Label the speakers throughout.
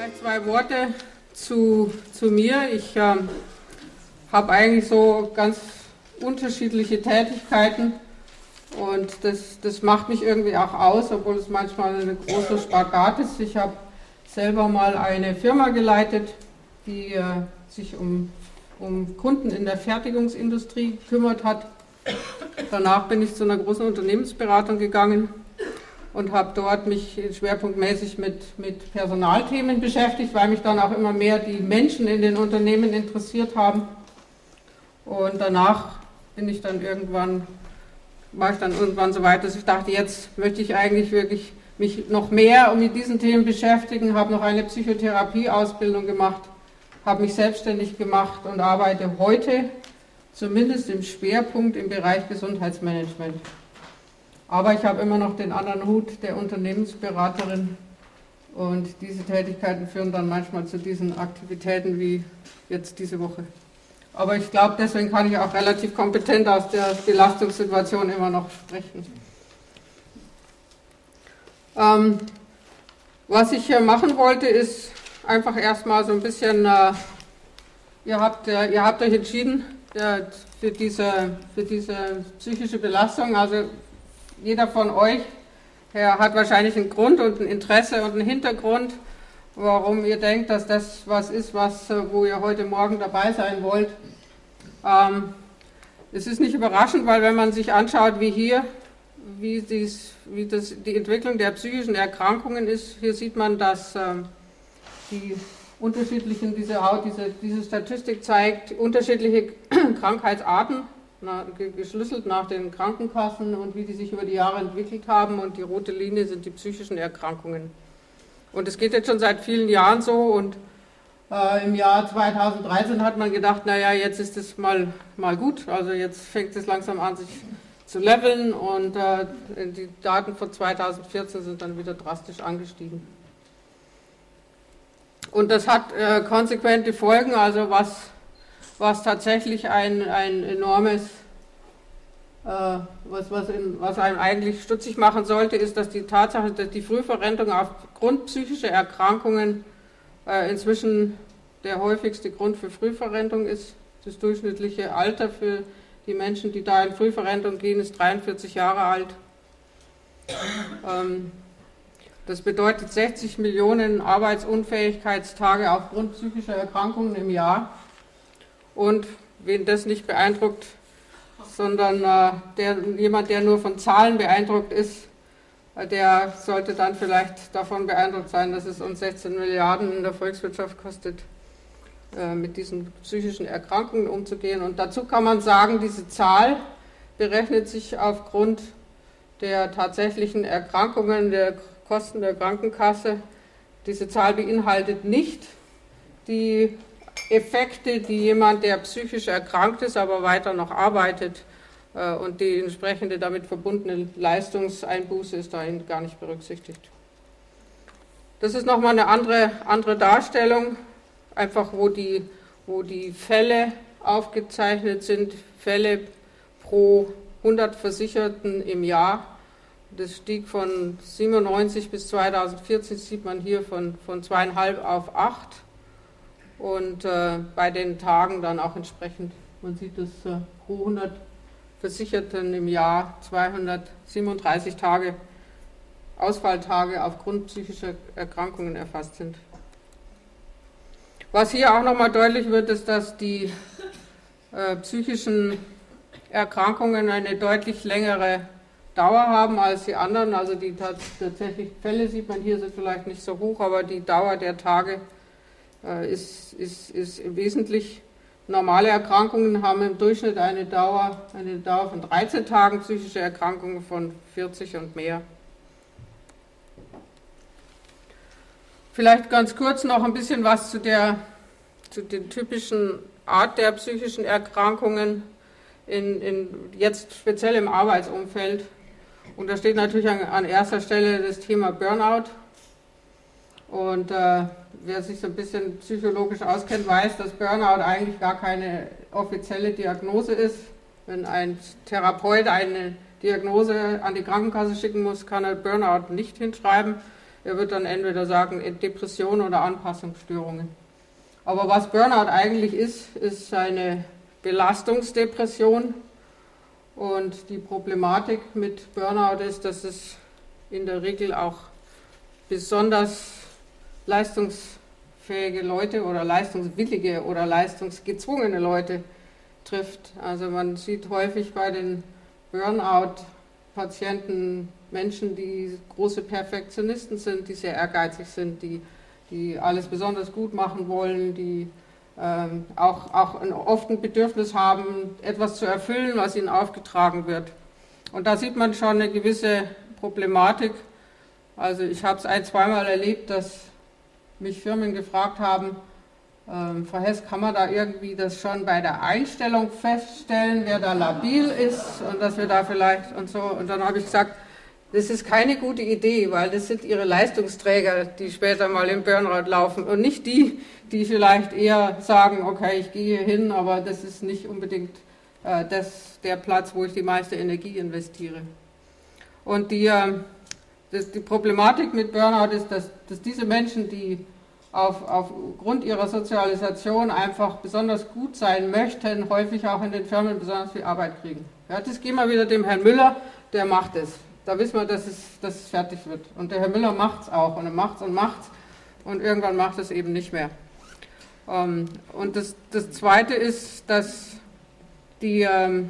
Speaker 1: Vielleicht 2 Worte zu mir. Ich habe eigentlich so ganz unterschiedliche Tätigkeiten und das macht mich irgendwie auch aus, obwohl es manchmal eine große Spagat ist. Ich habe selber mal eine Firma geleitet, die sich um Kunden in der Fertigungsindustrie gekümmert hat. Danach bin ich zu einer großen Unternehmensberatung gegangen und habe dort mich schwerpunktmäßig mit Personalthemen beschäftigt, weil mich dann auch immer mehr die Menschen in den Unternehmen interessiert haben. Und danach war ich dann irgendwann so weit, dass ich dachte, jetzt möchte ich eigentlich wirklich mich noch mehr mit diesen Themen beschäftigen, habe noch eine Psychotherapieausbildung gemacht, habe mich selbstständig gemacht und arbeite heute zumindest im Schwerpunkt im Bereich Gesundheitsmanagement. Aber ich habe immer noch den anderen Hut der Unternehmensberaterin und diese Tätigkeiten führen dann manchmal zu diesen Aktivitäten wie jetzt diese Woche. Aber ich glaube, deswegen kann ich auch relativ kompetent aus der Belastungssituation immer noch sprechen. Was ich hier machen wollte, ist einfach erstmal so ein bisschen, ihr habt euch entschieden für diese psychische Belastung, also jeder von euch hat wahrscheinlich einen Grund und ein Interesse und einen Hintergrund, warum ihr denkt, dass das was ist, wo ihr heute Morgen dabei sein wollt. Es ist nicht überraschend, weil wenn man sich anschaut, wie die Entwicklung der psychischen Erkrankungen ist, hier sieht man, dass die unterschiedlichen, diese Statistik zeigt unterschiedliche Krankheitsarten, geschlüsselt nach den Krankenkassen und wie die sich über die Jahre entwickelt haben, und die rote Linie sind die psychischen Erkrankungen. Und es geht jetzt schon seit vielen Jahren so, und im Jahr 2013 hat man gedacht, naja, jetzt ist es mal gut, also jetzt fängt es langsam an, sich zu leveln, und die Daten von 2014 sind dann wieder drastisch angestiegen. Und das hat konsequente Folgen, also was tatsächlich ein enormes, was einem eigentlich stutzig machen sollte, ist, dass die Tatsache, dass die Frühverrentung aufgrund psychischer Erkrankungen inzwischen der häufigste Grund für Frühverrentung ist. Das durchschnittliche Alter für die Menschen, die da in Frühverrentung gehen, ist 43 Jahre alt. Das bedeutet 60 Millionen Arbeitsunfähigkeitstage aufgrund psychischer Erkrankungen im Jahr. Und wen das nicht beeindruckt, sondern jemand, der nur von Zahlen beeindruckt ist, der sollte dann vielleicht davon beeindruckt sein, dass es uns 16 Milliarden in der Volkswirtschaft kostet, mit diesen psychischen Erkrankungen umzugehen. Und dazu kann man sagen, diese Zahl berechnet sich aufgrund der tatsächlichen Erkrankungen, der Kosten der Krankenkasse. Diese Zahl beinhaltet nicht die Effekte, die jemand, der psychisch erkrankt ist, aber weiter noch arbeitet, und die entsprechende damit verbundene Leistungseinbuße ist dahin gar nicht berücksichtigt. Das ist nochmal eine andere Darstellung, einfach wo die Fälle aufgezeichnet sind, Fälle pro 100 Versicherten im Jahr. Das stieg von 97 bis 2014, sieht man hier, von 2,5 auf 8. Und bei den Tagen dann auch entsprechend, man sieht, dass pro 100 Versicherten im Jahr 237 Tage Ausfalltage aufgrund psychischer Erkrankungen erfasst sind. Was hier auch nochmal deutlich wird, ist, dass die psychischen Erkrankungen eine deutlich längere Dauer haben als die anderen. Also die tatsächlich Fälle sieht man hier, sind vielleicht nicht so hoch, aber die Dauer der Tage ist wesentlich. Normale Erkrankungen haben im Durchschnitt eine Dauer von 13 Tagen, psychische Erkrankungen von 40 und mehr. Vielleicht ganz kurz noch ein bisschen was zu den typischen Art der psychischen Erkrankungen, jetzt speziell im Arbeitsumfeld. Und da steht natürlich an erster Stelle das Thema Burnout. Und wer sich so ein bisschen psychologisch auskennt, weiß, dass Burnout eigentlich gar keine offizielle Diagnose ist. Wenn ein Therapeut eine Diagnose an die Krankenkasse schicken muss, kann er Burnout nicht hinschreiben. Er wird dann entweder sagen Depression oder Anpassungsstörungen. Aber was Burnout eigentlich ist eine Belastungsdepression. Und die Problematik mit Burnout ist, dass es in der Regel auch besonders leistungsfähige Leute oder leistungswillige oder leistungsgezwungene Leute trifft. Also man sieht häufig bei den Burnout-Patienten Menschen, die große Perfektionisten sind, die sehr ehrgeizig sind, die alles besonders gut machen wollen, die auch oft ein Bedürfnis haben, etwas zu erfüllen, was ihnen aufgetragen wird. Und da sieht man schon eine gewisse Problematik. Also ich habe es zweimal erlebt, dass mich Firmen gefragt haben, Frau Hess, kann man da irgendwie das schon bei der Einstellung feststellen, wer da labil ist und dass wir da vielleicht und so. Und dann habe ich gesagt, das ist keine gute Idee, weil das sind ihre Leistungsträger, die später mal im Burnout laufen und nicht die, die vielleicht eher sagen, okay, ich gehe hier hin, aber das ist nicht unbedingt der Platz, wo ich die meiste Energie investiere. Und die Problematik mit Burnout ist, dass diese Menschen, die aufgrund ihrer Sozialisation einfach besonders gut sein möchten, häufig auch in den Firmen besonders viel Arbeit kriegen. Ja, das geben wir wieder dem Herrn Müller, der macht es. Da wissen wir, dass es fertig wird. Und der Herr Müller macht es auch und er macht es und irgendwann macht es eben nicht mehr. Und das Zweite ist, dass die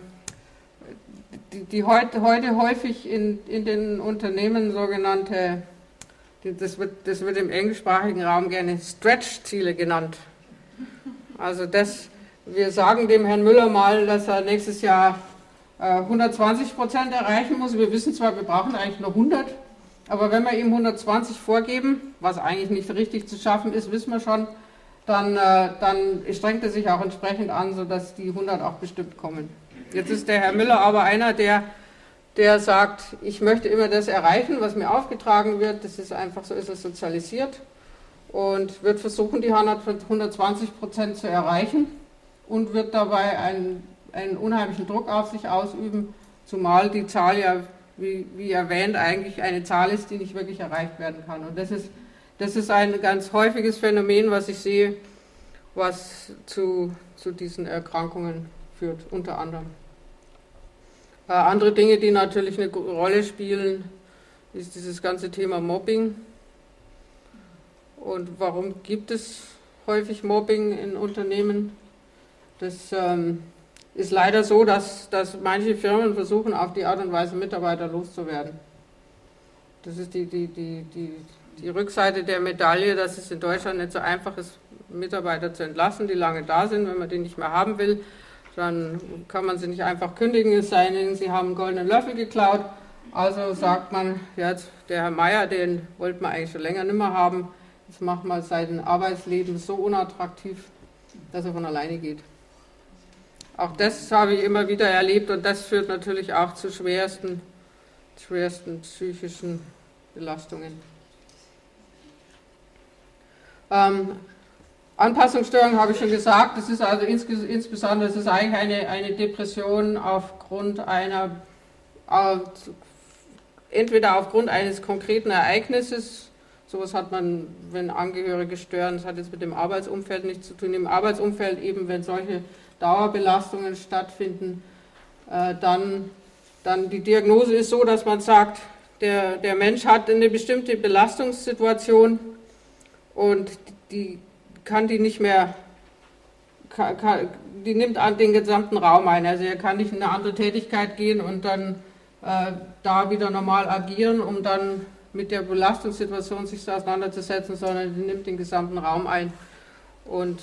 Speaker 1: heute häufig in den Unternehmen sogenannte, das wird im englischsprachigen Raum gerne Stretch-Ziele genannt. Also wir sagen dem Herrn Müller mal, dass er nächstes Jahr 120% erreichen muss. Wir wissen zwar, wir brauchen eigentlich nur 100, aber wenn wir ihm 120 vorgeben, was eigentlich nicht richtig zu schaffen ist, wissen wir schon, dann strengt er sich auch entsprechend an, sodass die 100 auch bestimmt kommen. Jetzt ist der Herr Müller aber einer, der sagt, ich möchte immer das erreichen, was mir aufgetragen wird, das ist einfach, so ist er sozialisiert und wird versuchen, die 120% zu erreichen und wird dabei einen unheimlichen Druck auf sich ausüben, zumal die Zahl ja, wie erwähnt, eigentlich eine Zahl ist, die nicht wirklich erreicht werden kann. Und das ist ein ganz häufiges Phänomen, was ich sehe, was zu diesen Erkrankungen führt, unter anderem. Andere Dinge, die natürlich eine Rolle spielen, ist dieses ganze Thema Mobbing. Und warum gibt es häufig Mobbing in Unternehmen? Das ist leider so, dass manche Firmen versuchen, auf die Art und Weise Mitarbeiter loszuwerden. Das ist die Rückseite der Medaille, dass es in Deutschland nicht so einfach ist, Mitarbeiter zu entlassen, die lange da sind. Wenn man die nicht mehr haben will, dann kann man sie nicht einfach kündigen, es sei denn, sie haben einen goldenen Löffel geklaut. Also sagt man, ja, der Herr Meier, den wollten wir eigentlich schon länger nicht mehr haben. Das macht mal sein Arbeitsleben so unattraktiv, dass er von alleine geht. Auch das habe ich immer wieder erlebt und das führt natürlich auch zu schwersten psychischen Belastungen. Anpassungsstörung habe ich schon gesagt, das ist also insbesondere, das ist eigentlich eine Depression entweder aufgrund eines konkreten Ereignisses, sowas hat man, wenn Angehörige stören, das hat jetzt mit dem Arbeitsumfeld nichts zu tun, im Arbeitsumfeld eben, wenn solche Dauerbelastungen stattfinden, dann die Diagnose ist so, dass man sagt, der Mensch hat eine bestimmte Belastungssituation und die kann die nicht mehr, die nimmt an den gesamten Raum ein, also er kann nicht in eine andere Tätigkeit gehen und dann da wieder normal agieren, um dann mit der Belastungssituation sich auseinanderzusetzen, sondern die nimmt den gesamten Raum ein und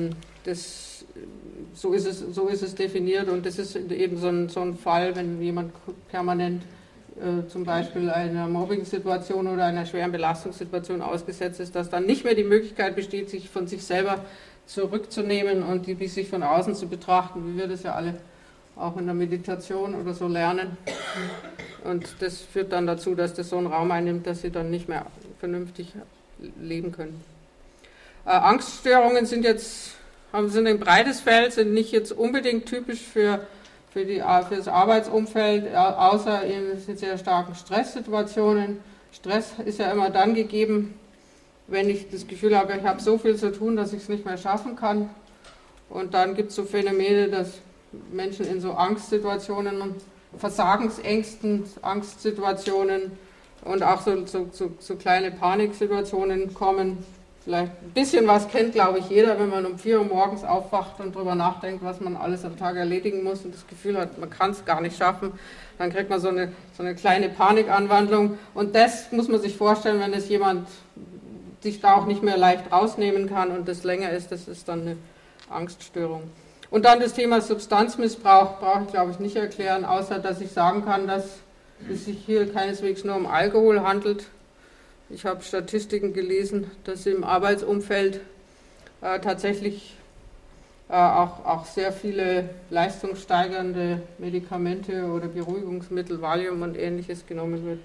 Speaker 1: so ist es definiert und das ist eben so ein Fall, wenn jemand permanent zum Beispiel einer Mobbing-Situation oder einer schweren Belastungssituation ausgesetzt ist, dass dann nicht mehr die Möglichkeit besteht, sich von sich selber zurückzunehmen und sich von außen zu betrachten, wie wir das ja alle auch in der Meditation oder so lernen. Und das führt dann dazu, dass das so einen Raum einnimmt, dass sie dann nicht mehr vernünftig leben können. Angststörungen sind ein breites Feld, sind nicht jetzt unbedingt typisch für das Arbeitsumfeld, außer in sehr starken Stresssituationen. Stress ist ja immer dann gegeben, wenn ich das Gefühl habe, ich habe so viel zu tun, dass ich es nicht mehr schaffen kann. Und dann gibt es so Phänomene, dass Menschen in so Angstsituationen, Versagensängsten, Angstsituationen und auch so kleine Paniksituationen kommen. Vielleicht ein bisschen was kennt, glaube ich, jeder, wenn man um 4 Uhr morgens aufwacht und darüber nachdenkt, was man alles am Tag erledigen muss und das Gefühl hat, man kann es gar nicht schaffen. Dann kriegt man so eine kleine Panikanwandlung. Und das muss man sich vorstellen, wenn es jemand sich da auch nicht mehr leicht rausnehmen kann und das länger ist, das ist dann eine Angststörung. Und dann das Thema Substanzmissbrauch brauche ich, glaube ich, nicht erklären, außer dass ich sagen kann, dass es sich hier keineswegs nur um Alkohol handelt. Ich habe Statistiken gelesen, dass im Arbeitsumfeld tatsächlich auch sehr viele leistungssteigernde Medikamente oder Beruhigungsmittel, Valium und Ähnliches genommen wird.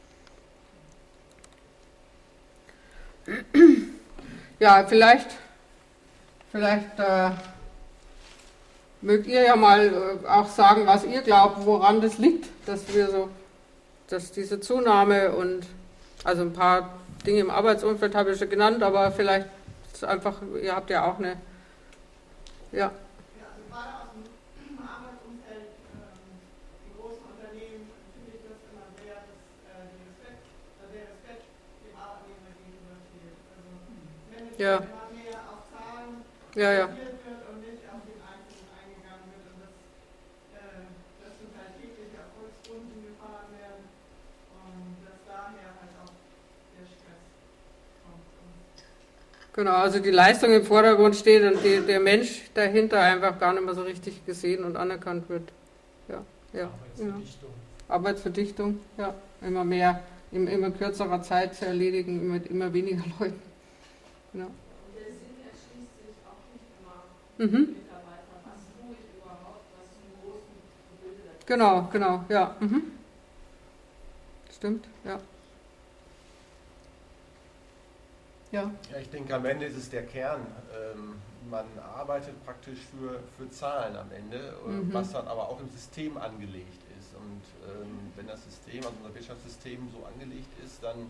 Speaker 1: Ja, vielleicht mögt ihr ja mal auch sagen, was ihr glaubt, woran das liegt, dass diese Zunahme und also ein paar Dinge im Arbeitsumfeld habe ich schon genannt, aber vielleicht ist einfach, ihr habt ja auch eine, ja.
Speaker 2: Ja, also gerade aus dem Arbeitsumfeld, in großen Unternehmen finde ich das immer sehr, dass der Respekt dem Arbeitnehmer gegenüber fehlt. Also Management
Speaker 1: Ja.
Speaker 2: immer mehr auf Zahlen
Speaker 1: Ja, ja.
Speaker 2: wird und nicht auf den Einzelnen eingegangen wird und dass zum Teil tägliche Erfolgsrunden gefahren werden und dass daher halt auch der Stress kommt.
Speaker 1: Genau, also die Leistung im Vordergrund steht und der Mensch dahinter einfach gar nicht mehr so richtig gesehen und anerkannt wird. Ja, ja.
Speaker 3: Arbeitsverdichtung.
Speaker 1: Ja. Arbeitsverdichtung, ja. Immer mehr, in immer kürzerer Zeit zu erledigen, mit immer weniger Leuten. Genau.
Speaker 4: Und der Sinn erschließt sich auch nicht immer
Speaker 1: Mhm.
Speaker 4: Mitarbeiter. Was tue ich überhaupt, was zum großen Gebilde dazu?
Speaker 1: Genau, ja. Mhm. Stimmt, ja. Ja.
Speaker 3: Ja, ich denke, am Ende ist es der Kern. Man arbeitet praktisch für Zahlen am Ende, was dann aber auch im System angelegt ist. Und wenn das System, also unser Wirtschaftssystem so angelegt ist, dann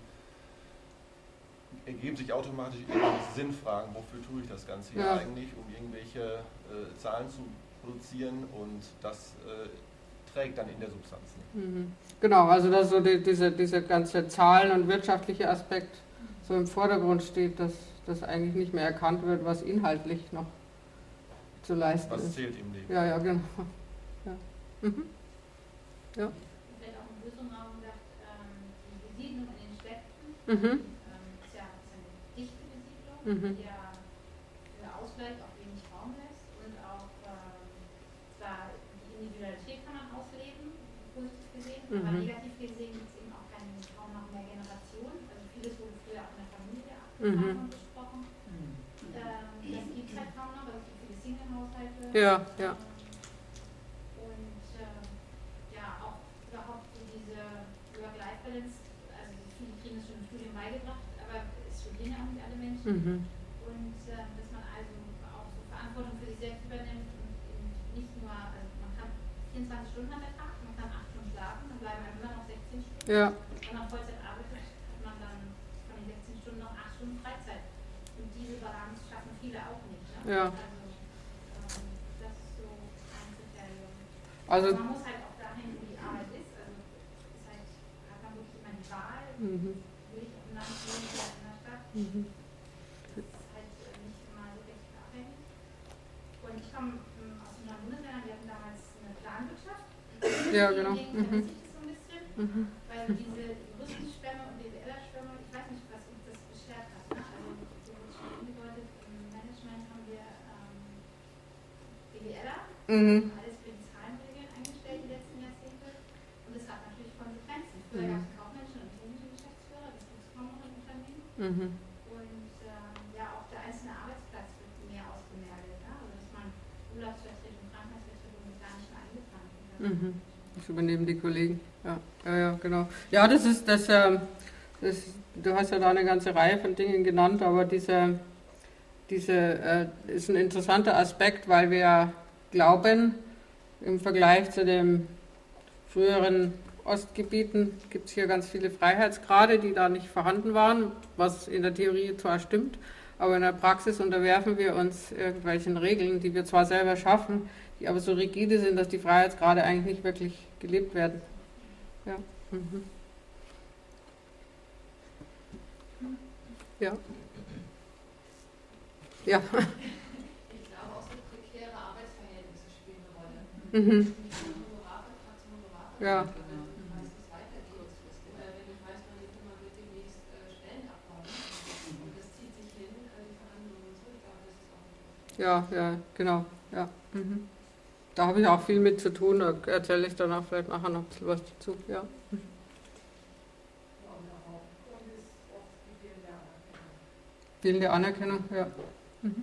Speaker 3: ergeben sich automatisch irgendwelche Sinnfragen. Wofür tue ich das Ganze hier eigentlich? Um irgendwelche Zahlen zu produzieren, und das trägt dann in der Substanz nicht.
Speaker 1: Mhm. Genau, also dass so dieser ganze Zahlen- und wirtschaftliche Aspekt so im Vordergrund steht, dass das eigentlich nicht mehr erkannt wird, was inhaltlich noch zu leisten
Speaker 3: Was
Speaker 1: ist.
Speaker 3: zählt im Leben?
Speaker 1: Ja, genau. Ja. Mhm. Ja.
Speaker 5: Vielleicht auch in größeren Raum gesagt, die Besiedlung in den Städten ist ja eine dichte Besiedlung, die ja für Ausgleich auch wenig Raum lässt und auch zwar die Individualität kann man ausleben, positiv gesehen, aber negativ gesehen gibt es eben auch kaum noch mehr Generation. Also vieles wurde früher auch in der Familie abgesprochen und besprochen. Das gibt es halt kaum noch, also es gibt viele Single-Haushalte.
Speaker 1: Ja, ja.
Speaker 5: Und ja, auch überhaupt so diese Work-Life-Balance, also viele kriegen es schon im Studium beigebracht, aber es studieren ja auch nicht alle Menschen. Und dass man also auch so Verantwortung für sich selbst übernimmt und eben nicht nur, also man kann 24 Stunden an der Tag, man kann 8 Stunden schlafen, dann bleiben einem immer noch 16 Stunden.
Speaker 1: Ja.
Speaker 5: Wenn man Vollzeit arbeitet, hat man dann von den 16 Stunden noch 8 Stunden Freizeit. Und diese Balance schaffen viele auch nicht. Ne?
Speaker 1: Ja.
Speaker 5: Also das ist so ein Kriterium.
Speaker 1: Also,
Speaker 5: Man muss halt auch dahin, wo die Arbeit ist. Also ist halt, hat man wirklich immer die Wahl, will ich auf dem Land wohnen oder in der Stadt. Das ist halt nicht immer so richtig abhängig. Und ich komme aus den neuen Bundesländern, wir hatten damals eine Planwirtschaft.
Speaker 1: Ja, genau.
Speaker 5: Deswegen vermisse ich das so ein bisschen, weil diese Juristenschwemme und BWLer-Schwemme, ich weiß nicht, was uns das bestärkt hat. Ne? Also so wurde schon angedeutet, im Management haben wir BWLer, alles für die Zahlenregeln eingestellt die letzten Jahrzehnte. Und das hat natürlich Konsequenzen. Früher gab es kaufmännische und technische Geschäftsführer, das gibt es kaum noch in Unternehmen. Und ja, auch der einzelne Arbeitsplatz wird mehr ausgemergelt. Ne? Also dass man Urlaubsvertretung, Krankenhausvertretung mit gar nicht mehr eingeplant wird.
Speaker 1: das übernehmen die Kollegen. Ja, genau. Ja, du hast ja da eine ganze Reihe von Dingen genannt, aber diese ist ein interessanter Aspekt, weil wir glauben, im Vergleich zu dem früheren Ostgebieten gibt es hier ganz viele Freiheitsgrade, die da nicht vorhanden waren, was in der Theorie zwar stimmt, aber in der Praxis unterwerfen wir uns irgendwelchen Regeln, die wir zwar selber schaffen, die aber so rigide sind, dass die Freiheitsgrade eigentlich nicht wirklich gelebt werden. Ja. Mhm. Ja. Ja.
Speaker 4: Ich glaube, auch so prekäre Arbeitsverhältnisse spielen eine Rolle.
Speaker 1: Mhm. Ja.
Speaker 4: Wenn ich weiß, meine Firma wird demnächst Stellen abbauen und das zieht sich hin, die Verhandlungen und so, ich glaube, das ist auch nicht.
Speaker 1: Ja, ja, genau. Ja. Mhm. Da habe ich auch viel mit zu tun, da erzähle ich dann auch vielleicht nachher noch ein bisschen was dazu. Ja. Fehlende Anerkennung, ja. Mhm.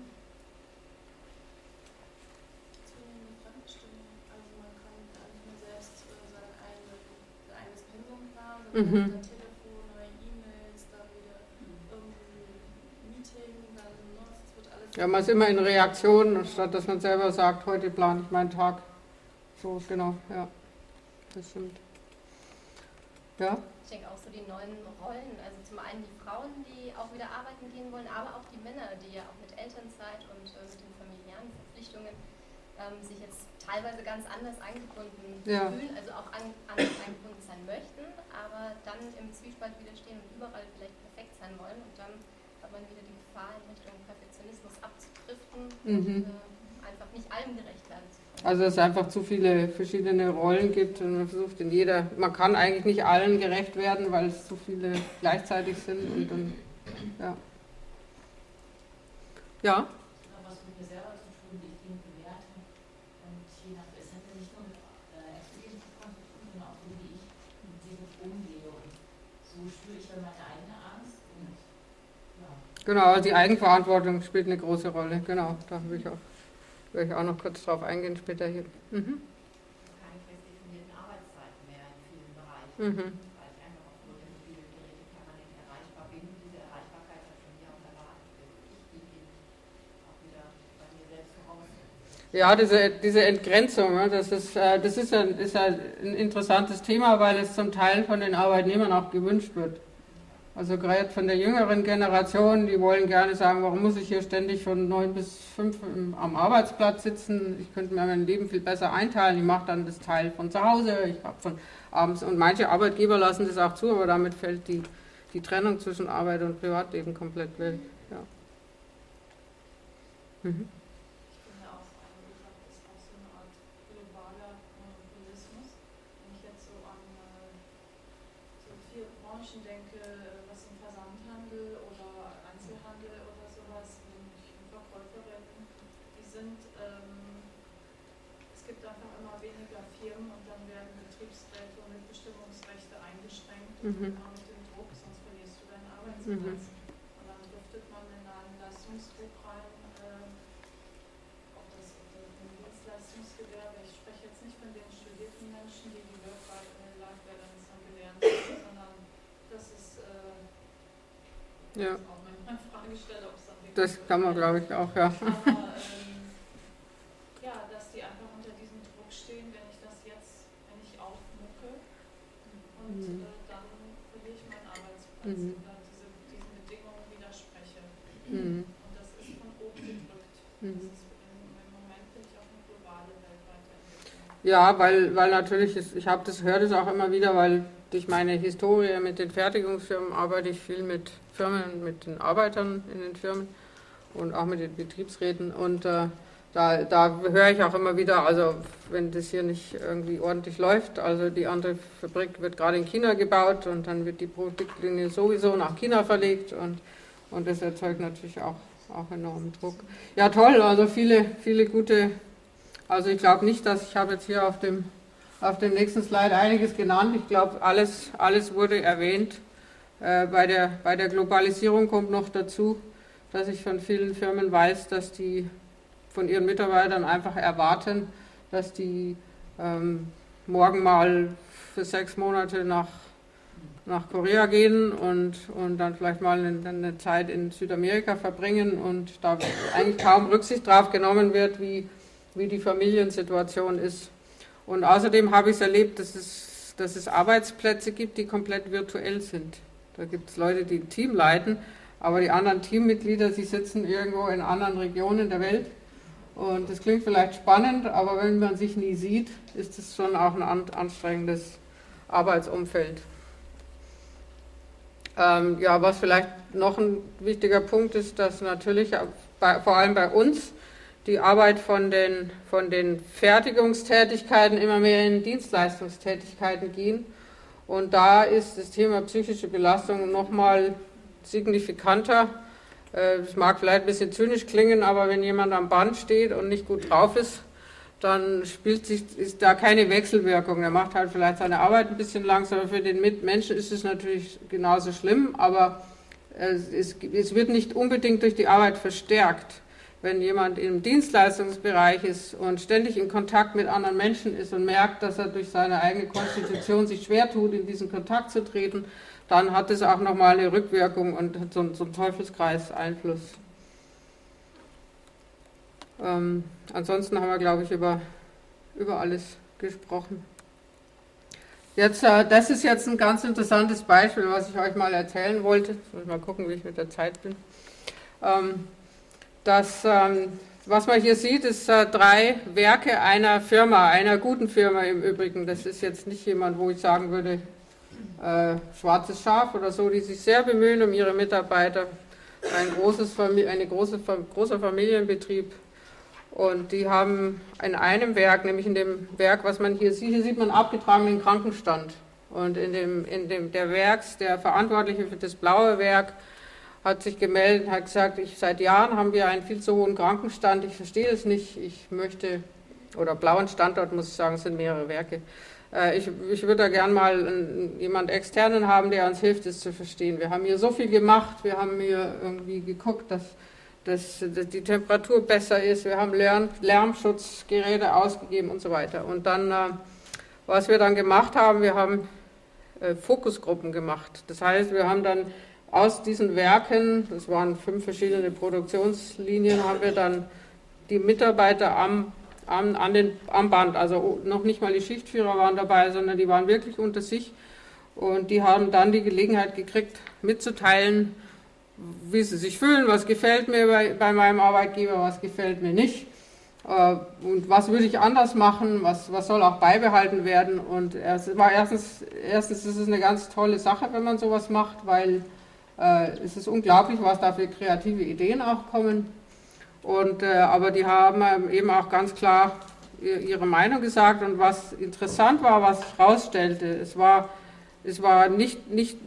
Speaker 6: Zunehmende Fremdbestimmung. Also man kann gar nicht mehr selbst sein eigenes Pensum planen, sondern dann Telefon oder E-Mails, dann wieder irgendwie Meeting, dann es wird alles...
Speaker 1: Ja, man ist immer in Reaktion, statt dass man selber sagt, heute plane ich meinen Tag. So, genau, ja. Das stimmt. Ja?
Speaker 7: Ich denke auch so die neuen Rollen, also zum einen die Frauen, die auch wieder arbeiten gehen wollen, aber auch die Männer, die ja auch mit Elternzeit und mit den familiären Verpflichtungen sich jetzt teilweise ganz anders eingebunden fühlen, also auch anders eingebunden sein möchten, aber dann im Zwiespalt wieder stehen und überall vielleicht perfekt sein wollen und dann hat man wieder die Gefahr, in Richtung Perfektionismus abzudriften und einfach nicht allem gerecht werden zu können.
Speaker 1: Also dass es einfach zu viele verschiedene Rollen gibt und man versucht in jeder, man kann eigentlich nicht allen gerecht werden, weil es zu viele gleichzeitig sind und dann, ja. Ja?
Speaker 8: Was mit mir selber zu tun, wie ich Dinge bewerte und je nach, es hat ja nicht nur mit Expertise zu tun, sondern auch so, wie ich mit Dingen umgehe und so spüre ich dann meine eigene Angst und ja.
Speaker 1: Genau, also die Eigenverantwortung spielt eine große Rolle, genau, da habe ich auch. Werde ich auch noch kurz drauf eingehen später hier. Mhm.
Speaker 8: Keine fest definierten Arbeitszeiten mehr in vielen Bereichen, weil ich einfach aufgrund der mobilen Geräte permanent erreichbar bin. Diese Erreichbarkeit hat von mir auch erwartet wird. Ich bin auch wieder bei mir selbst zu Hause.
Speaker 1: Ja, diese Entgrenzung, das ist ein interessantes Thema, weil es zum Teil von den Arbeitnehmern auch gewünscht wird. Also gerade von der jüngeren Generation, die wollen gerne sagen, warum muss ich hier ständig von 9 bis 5 am Arbeitsplatz sitzen? Ich könnte mir mein Leben viel besser einteilen. Ich mache dann das Teil von zu Hause, ich habe von abends. Und manche Arbeitgeber lassen das auch zu, aber damit fällt die Trennung zwischen Arbeit und Privatleben komplett weg. Ja. Mhm.
Speaker 6: Ich finde auch, das ist auch so eine Art globaler Holismus. Wenn ich jetzt so an so viele Branchen denke, was im Versandhandel oder Einzelhandel oder sowas, Verkäuferinnen, die sind, es gibt einfach immer weniger Firmen und dann werden Betriebsräte und Mitbestimmungsrechte eingeschränkt und genau mit dem Druck, sonst verlierst du deinen Arbeitsplatz. Und dann driftet man in einen Leistungsdruck rein, ob das im Dienstleistungsgewerbe, ich spreche jetzt nicht von den studierten Menschen, die Work-Life-Balance haben gelernt haben, sondern das ist auch meine Fragestelle, ob es dann wirklich
Speaker 1: Das kann man, glaube ich, auch, ja.
Speaker 6: Aber ja, dass die einfach unter diesem Druck stehen, wenn ich aufmucke und dann verliere ich meinen Arbeitsplatz oder diesen Bedingungen widerspreche. Und das ist von oben gedrückt. Das ist im Moment, finde ich, auch eine globale weltweite Entwicklung.
Speaker 1: Ja, weil natürlich, höre das auch immer wieder, weil durch meine Historie mit den Fertigungsfirmen arbeite ich viel mit Firmen, mit den Arbeitern in den Firmen und auch mit den Betriebsräten und da höre ich auch immer wieder, also wenn das hier nicht irgendwie ordentlich läuft, also die andere Fabrik wird gerade in China gebaut und dann wird die Produktlinie sowieso nach China verlegt und das erzeugt natürlich auch enormen Druck. Ja, toll, also viele gute, also ich glaube nicht, ich habe jetzt hier auf dem nächsten Slide einiges genannt, ich glaube alles wurde erwähnt. Bei der Globalisierung kommt noch dazu, dass ich von vielen Firmen weiß, dass die von ihren Mitarbeitern einfach erwarten, dass die morgen mal für 6 Monate nach Korea gehen und dann vielleicht mal eine Zeit in Südamerika verbringen und da eigentlich kaum Rücksicht drauf genommen wird, wie die Familiensituation ist. Und außerdem habe ich es erlebt, das ist dass es Arbeitsplätze gibt, die komplett virtuell sind. Da gibt es Leute, die ein Team leiten, aber die anderen Teammitglieder, die sitzen irgendwo in anderen Regionen der Welt. Und das klingt vielleicht spannend, aber wenn man sich nie sieht, ist es schon auch ein anstrengendes Arbeitsumfeld. Ja, was vielleicht noch ein wichtiger Punkt ist, dass natürlich vor allem bei uns die Arbeit von den Fertigungstätigkeiten immer mehr in Dienstleistungstätigkeiten gehen. Und da ist das Thema psychische Belastung nochmal signifikanter. Das mag vielleicht ein bisschen zynisch klingen, aber wenn jemand am Band steht und nicht gut drauf ist, dann ist da keine Wechselwirkung. Er macht halt vielleicht seine Arbeit ein bisschen langsamer. Für den Mitmenschen ist es natürlich genauso schlimm, aber es wird nicht unbedingt durch die Arbeit verstärkt. Wenn jemand im Dienstleistungsbereich ist und ständig in Kontakt mit anderen Menschen ist und merkt, dass er durch seine eigene Konstitution sich schwer tut, in diesen Kontakt zu treten, dann hat es auch nochmal eine Rückwirkung und hat so einen Teufelskreis-Einfluss. Ansonsten haben wir, glaube ich, über alles gesprochen. Jetzt, das ist jetzt ein ganz interessantes Beispiel, was ich euch mal erzählen wollte. Ich muss mal gucken, wie ich mit der Zeit bin. Was man hier sieht, ist 3 Werke einer Firma, einer guten Firma im Übrigen. Das ist jetzt nicht jemand, wo ich sagen würde, schwarzes Schaf oder so, die sich sehr bemühen um ihre Mitarbeiter. Ein großer Familienbetrieb. Und die haben in einem Werk, nämlich in dem Werk, was man hier sieht man abgetragenen Krankenstand. Und der Verantwortliche für das blaue Werk hat sich gemeldet und hat gesagt, seit Jahren haben wir einen viel zu hohen Krankenstand, ich verstehe es nicht, ich möchte, oder blauen Standort muss ich sagen, es sind mehrere Werke, ich würde da gern mal jemand Externen haben, der uns hilft, es zu verstehen. Wir haben hier so viel gemacht, wir haben hier irgendwie geguckt, dass die Temperatur besser ist, wir haben Lärmschutzgeräte ausgegeben und so weiter. Und dann, was wir dann gemacht haben, wir haben Fokusgruppen gemacht. Das heißt, wir haben dann aus diesen Werken, das waren 5 verschiedene Produktionslinien, haben wir dann die Mitarbeiter am Band, also noch nicht mal die Schichtführer waren dabei, sondern die waren wirklich unter sich und die haben dann die Gelegenheit gekriegt, mitzuteilen, wie sie sich fühlen, was gefällt mir bei meinem Arbeitgeber, was gefällt mir nicht und was würde ich anders machen, was soll auch beibehalten werden. Und erstens ist es eine ganz tolle Sache, wenn man sowas macht, weil es ist unglaublich, was da für kreative Ideen auch kommen. Aber die haben eben auch ganz klar ihre Meinung gesagt. Und was interessant war, was sich herausstellte, es war nicht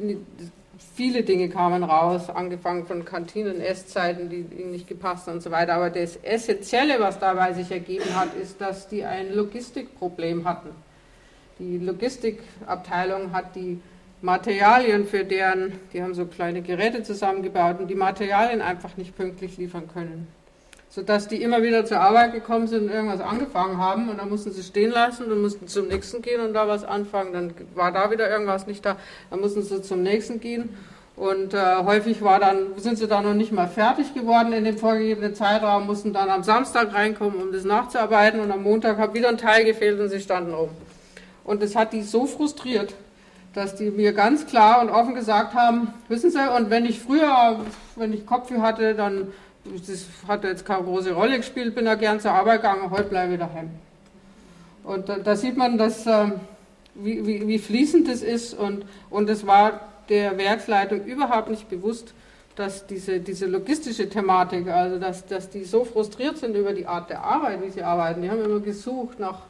Speaker 1: viele Dinge kamen raus, angefangen von Kantinen, Esszeiten, die ihnen nicht gepasst haben und so weiter. Aber das Essentielle, was dabei sich ergeben hat, ist, dass die ein Logistikproblem hatten. Die Logistikabteilung hat die Materialien die haben so kleine Geräte zusammengebaut und die Materialien einfach nicht pünktlich liefern können. Sodass die immer wieder zur Arbeit gekommen sind und irgendwas angefangen haben und dann mussten sie stehen lassen und mussten zum nächsten gehen und da was anfangen. Dann war da wieder irgendwas nicht da, dann mussten sie zum nächsten gehen und häufig sind sie da noch nicht mal fertig geworden in dem vorgegebenen Zeitraum, mussten dann am Samstag reinkommen, um das nachzuarbeiten und am Montag hat wieder ein Teil gefehlt und sie standen rum. Und das hat die so frustriert, dass die mir ganz klar und offen gesagt haben, wissen Sie, und wenn ich Kopfweh hatte, dann, das hat jetzt keine große Rolle gespielt, bin da gern zur Arbeit gegangen, heute bleibe ich daheim. Und da sieht man, dass, wie fließend das ist und es war der Werksleitung überhaupt nicht bewusst, dass diese logistische Thematik, also dass die so frustriert sind über die Art der Arbeit, wie sie arbeiten. Die haben immer gesucht nach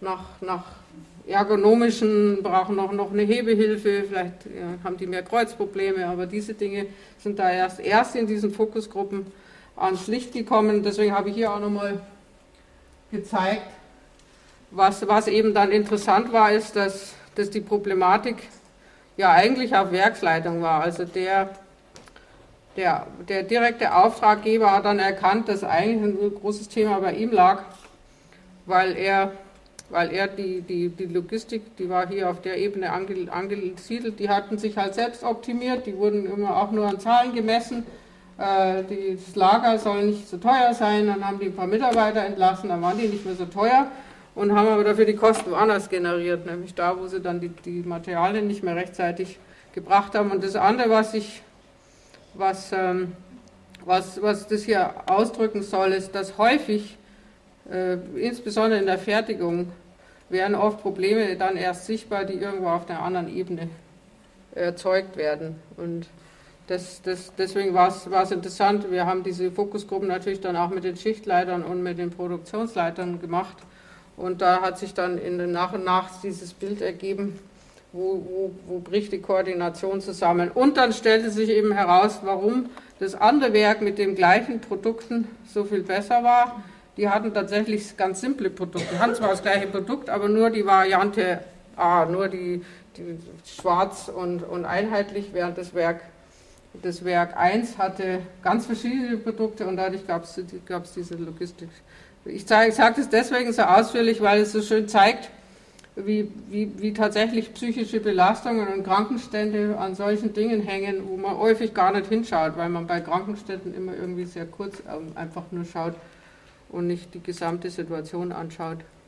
Speaker 1: ergonomischen, brauchen noch eine Hebehilfe, vielleicht haben die mehr Kreuzprobleme, aber diese Dinge sind da erst in diesen Fokusgruppen ans Licht gekommen. Deswegen habe ich hier auch nochmal gezeigt, was eben dann interessant war, ist, dass die Problematik ja eigentlich auf Werksleitung war. Also der direkte Auftraggeber hat dann erkannt, dass eigentlich ein großes Thema bei ihm lag, weil er die Logistik, die war hier auf der Ebene angesiedelt, die hatten sich halt selbst optimiert, die wurden immer auch nur an Zahlen gemessen, das Lager soll nicht so teuer sein, dann haben die ein paar Mitarbeiter entlassen, dann waren die nicht mehr so teuer und haben aber dafür die Kosten woanders generiert, nämlich da, wo sie dann die Materialien nicht mehr rechtzeitig gebracht haben. Und das andere, was das hier ausdrücken soll, ist, dass häufig, insbesondere in der Fertigung, werden oft Probleme dann erst sichtbar, die irgendwo auf einer anderen Ebene erzeugt werden. Und deswegen war es interessant. Wir haben diese Fokusgruppen natürlich dann auch mit den Schichtleitern und mit den Produktionsleitern gemacht. Und da hat sich dann nach und nach dieses Bild ergeben, wo bricht die Koordination zusammen. Und dann stellte sich eben heraus, warum das andere Werk mit den gleichen Produkten so viel besser war. Die hatten tatsächlich ganz simple Produkte. Die hatten zwar das gleiche Produkt, aber nur die Variante A, nur die schwarz und einheitlich, während das Werk 1 hatte ganz verschiedene Produkte und dadurch gab es diese Logistik. Ich sage das deswegen so ausführlich, weil es so schön zeigt, wie tatsächlich psychische Belastungen und Krankenstände an solchen Dingen hängen, wo man häufig gar nicht hinschaut, weil man bei Krankenständen immer irgendwie sehr kurz einfach nur schaut und nicht die gesamte Situation anschaut.